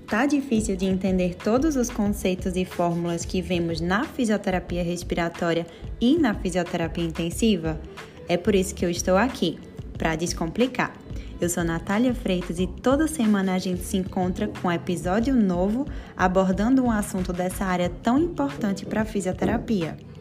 Tá difícil de entender todos os conceitos e fórmulas que vemos na fisioterapia respiratória e na fisioterapia intensiva? É por isso que eu estou aqui, para descomplicar. Eu sou Natália Freitas e toda semana a gente se encontra com um episódio novo abordando um assunto dessa área tão importante para a fisioterapia.